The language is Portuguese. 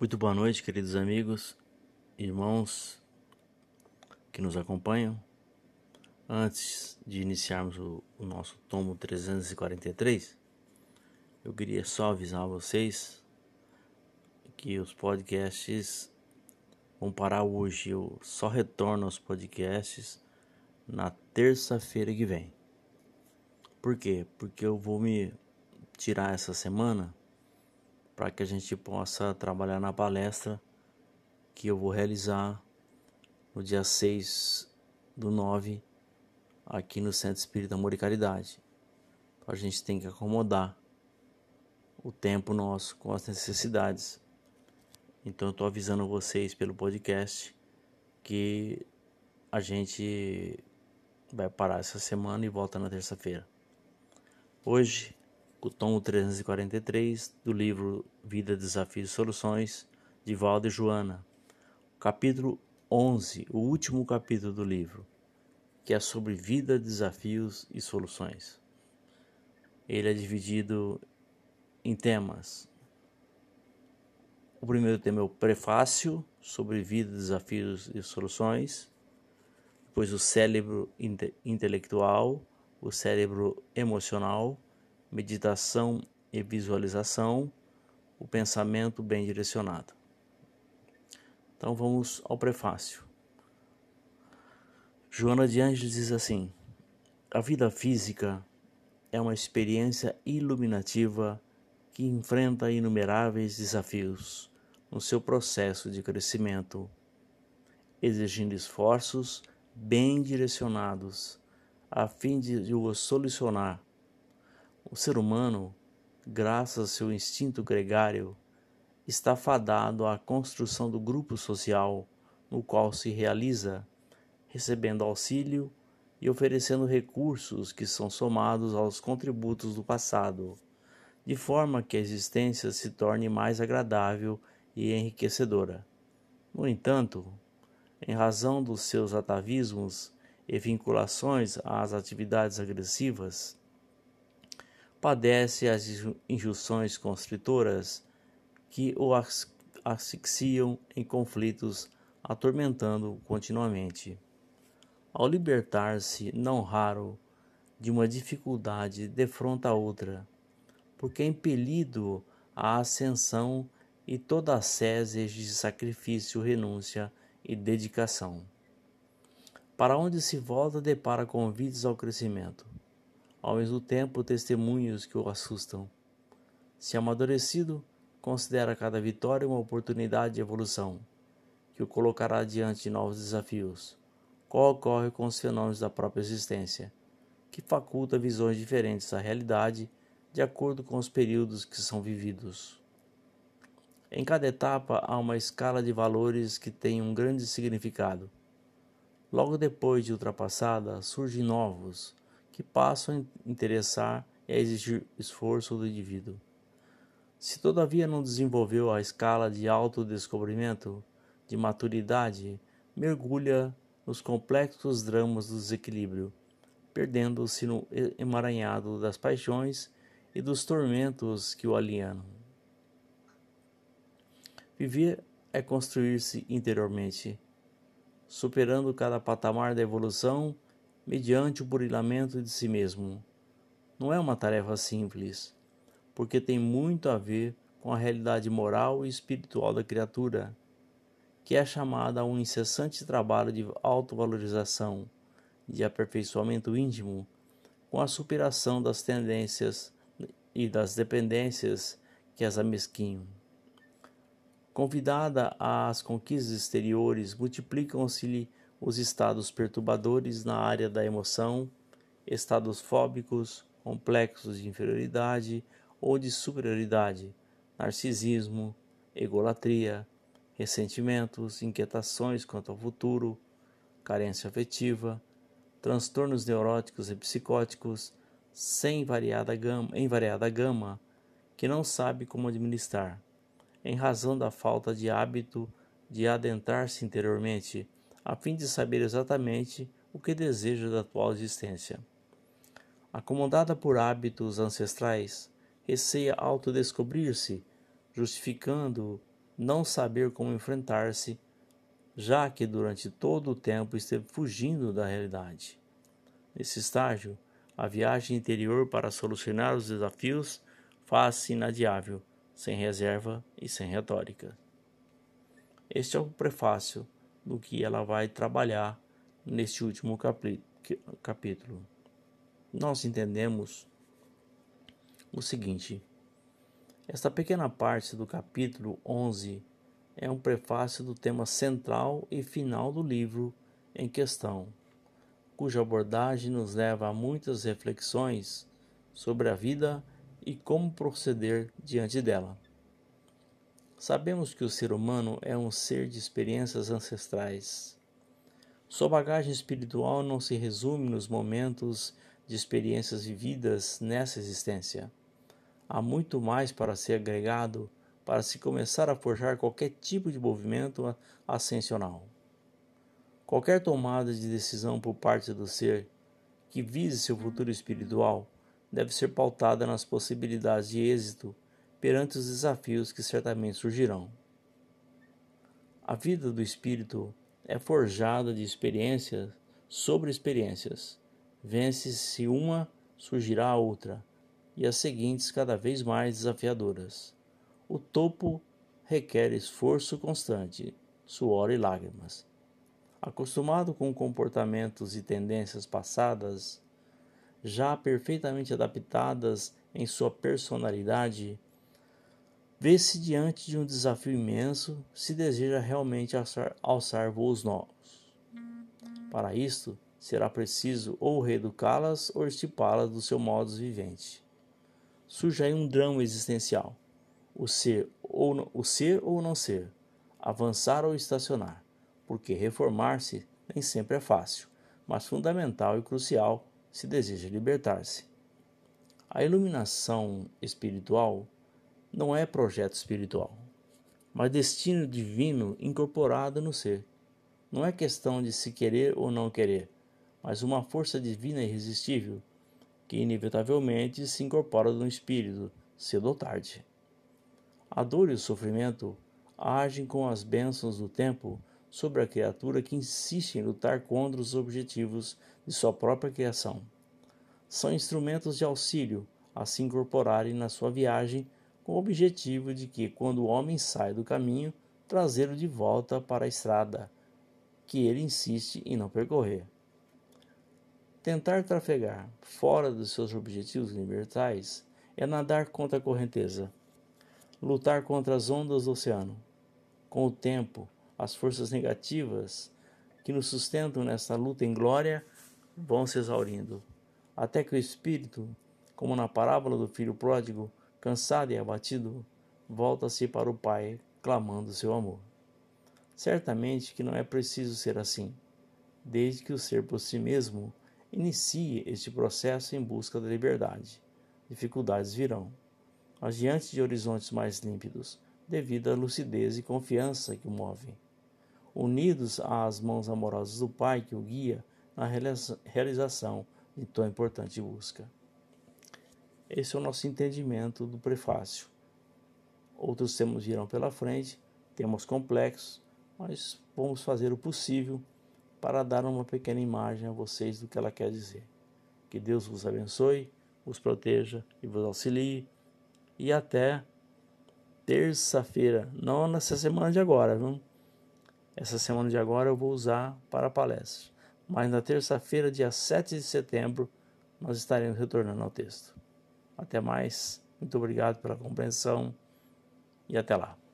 Muito boa noite, queridos amigos, irmãos que nos acompanham. Antes de iniciarmos o nosso tomo 343, eu queria só avisar vocês que os podcasts vão parar hoje. Eu só retorno aos podcasts na terça-feira que vem. Por quê? Porque eu vou me tirar essa semana para que a gente possa trabalhar na palestra que eu vou realizar no dia 6/9 aqui no Centro Espírita Amor e Caridade. Então a gente tem que acomodar o tempo nosso com as necessidades. Então eu estou avisando vocês pelo podcast que a gente vai parar essa semana e volta na terça-feira. Hoje, o tomo 343 do livro Vida, Desafios e Soluções, de Valdo e Joana, capítulo 11, o último capítulo do livro, que é sobre vida, desafios e soluções. Ele é dividido em temas. O primeiro tema é o prefácio, sobre vida, desafios e soluções. Depois o cérebro intelectual, o cérebro emocional, meditação e visualização, o pensamento bem direcionado. Então vamos ao prefácio. Joana de Ângeles diz assim: a vida física é uma experiência iluminativa que enfrenta inumeráveis desafios no seu processo de crescimento, exigindo esforços bem direcionados a fim de os solucionar. O ser humano, graças ao seu instinto gregário, está fadado à construção do grupo social no qual se realiza, recebendo auxílio e oferecendo recursos que são somados aos contributos do passado, de forma que a existência se torne mais agradável e enriquecedora. No entanto, em razão dos seus atavismos e vinculações às atividades agressivas, padece as injunções constritoras que o asfixiam em conflitos, atormentando-o continuamente. Ao libertar-se, não raro, de uma dificuldade, defronta a outra, porque é impelido à ascensão e toda a sé exige de sacrifício, renúncia e dedicação. Para onde se volta, depara convites ao crescimento, ao mesmo tempo testemunhos que o assustam. Se amadurecido, considera cada vitória uma oportunidade de evolução, que o colocará diante de novos desafios, qual ocorre com os fenômenos da própria existência, que faculta visões diferentes da realidade de acordo com os períodos que são vividos. Em cada etapa há uma escala de valores que tem um grande significado. Logo depois de ultrapassada, surgem novos, que passam a interessar e a exigir esforço do indivíduo. Se todavia não desenvolveu a escala de autodescobrimento, de maturidade, mergulha nos complexos dramas do desequilíbrio, perdendo-se no emaranhado das paixões e dos tormentos que o alienam. Viver é construir-se interiormente, superando cada patamar da evolução mediante o burilamento de si mesmo. Não é uma tarefa simples, porque tem muito a ver com a realidade moral e espiritual da criatura, que é chamada a um incessante trabalho de autovalorização, de aperfeiçoamento íntimo, com a superação das tendências e das dependências que as amesquinham. Convidada às conquistas exteriores, multiplicam-se-lhe os estados perturbadores na área da emoção, estados fóbicos, complexos de inferioridade ou de superioridade, narcisismo, egolatria, ressentimentos, inquietações quanto ao futuro, carência afetiva, transtornos neuróticos e psicóticos, em variada gama, que não sabe como administrar, em razão da falta de hábito de adentrar-se interiormente, a fim de saber exatamente o que deseja da atual existência. Acomodada por hábitos ancestrais, receia autodescobrir-se, justificando não saber como enfrentar-se, já que durante todo o tempo esteve fugindo da realidade. Nesse estágio, a viagem interior para solucionar os desafios faz-se inadiável, sem reserva e sem retórica. Este é o prefácio do que ela vai trabalhar neste último capítulo. Nós entendemos o seguinte: esta pequena parte do capítulo 11 é um prefácio do tema central e final do livro em questão, cuja abordagem nos leva a muitas reflexões sobre a vida e como proceder diante dela. Sabemos que o ser humano é um ser de experiências ancestrais. Sua bagagem espiritual não se resume nos momentos de experiências vividas nessa existência. Há muito mais para ser agregado para se começar a forjar qualquer tipo de movimento ascensional. Qualquer tomada de decisão por parte do ser que vise seu futuro espiritual deve ser pautada nas possibilidades de êxito perante os desafios que certamente surgirão. A vida do espírito é forjada de experiências sobre experiências. Vence-se uma, surgirá a outra, e as seguintes cada vez mais desafiadoras. O topo requer esforço constante, suor e lágrimas. Acostumado com comportamentos e tendências passadas, já perfeitamente adaptadas em sua personalidade, vê-se diante de um desafio imenso se deseja realmente alçar voos novos. Para isto, será preciso ou reeducá-las ou estipá-las do seu modus vivendi. Surge aí um drama existencial: o ser ou não ser, avançar ou estacionar, porque reformar-se nem sempre é fácil, mas fundamental e crucial se deseja libertar-se. A iluminação espiritual não é projeto espiritual, mas destino divino incorporado no ser. Não é questão de se querer ou não querer, mas uma força divina irresistível que inevitavelmente se incorpora no espírito, cedo ou tarde. A dor e o sofrimento agem com as bênçãos do tempo sobre a criatura que insiste em lutar contra os objetivos de sua própria criação. São instrumentos de auxílio a se incorporarem na sua viagem com o objetivo de que, quando o homem sai do caminho, trazê-lo de volta para a estrada que ele insiste em não percorrer. Tentar trafegar fora dos seus objetivos universais é nadar contra a correnteza, lutar contra as ondas do oceano. Com o tempo, as forças negativas que nos sustentam nessa luta inglória vão se exaurindo, até que o espírito, como na parábola do filho pródigo, cansado e abatido, volta-se para o Pai, clamando seu amor. Certamente que não é preciso ser assim, desde que o ser por si mesmo inicie este processo em busca da liberdade. Dificuldades virão, mas diante de horizontes mais límpidos, devido à lucidez e confiança que o movem. Unidos às mãos amorosas do Pai que o guia na realização de tão importante busca. Esse é o nosso entendimento do prefácio. Outros temas virão pela frente, temas complexos, mas vamos fazer o possível para dar uma pequena imagem a vocês do que ela quer dizer. Que Deus vos abençoe, vos proteja e vos auxilie. E até terça-feira, não nessa semana de agora, viu? Essa semana de agora eu vou usar para a palestra. Mas na terça-feira, dia 7 de setembro, nós estaremos retornando ao texto. Até mais, muito obrigado pela compreensão e até lá.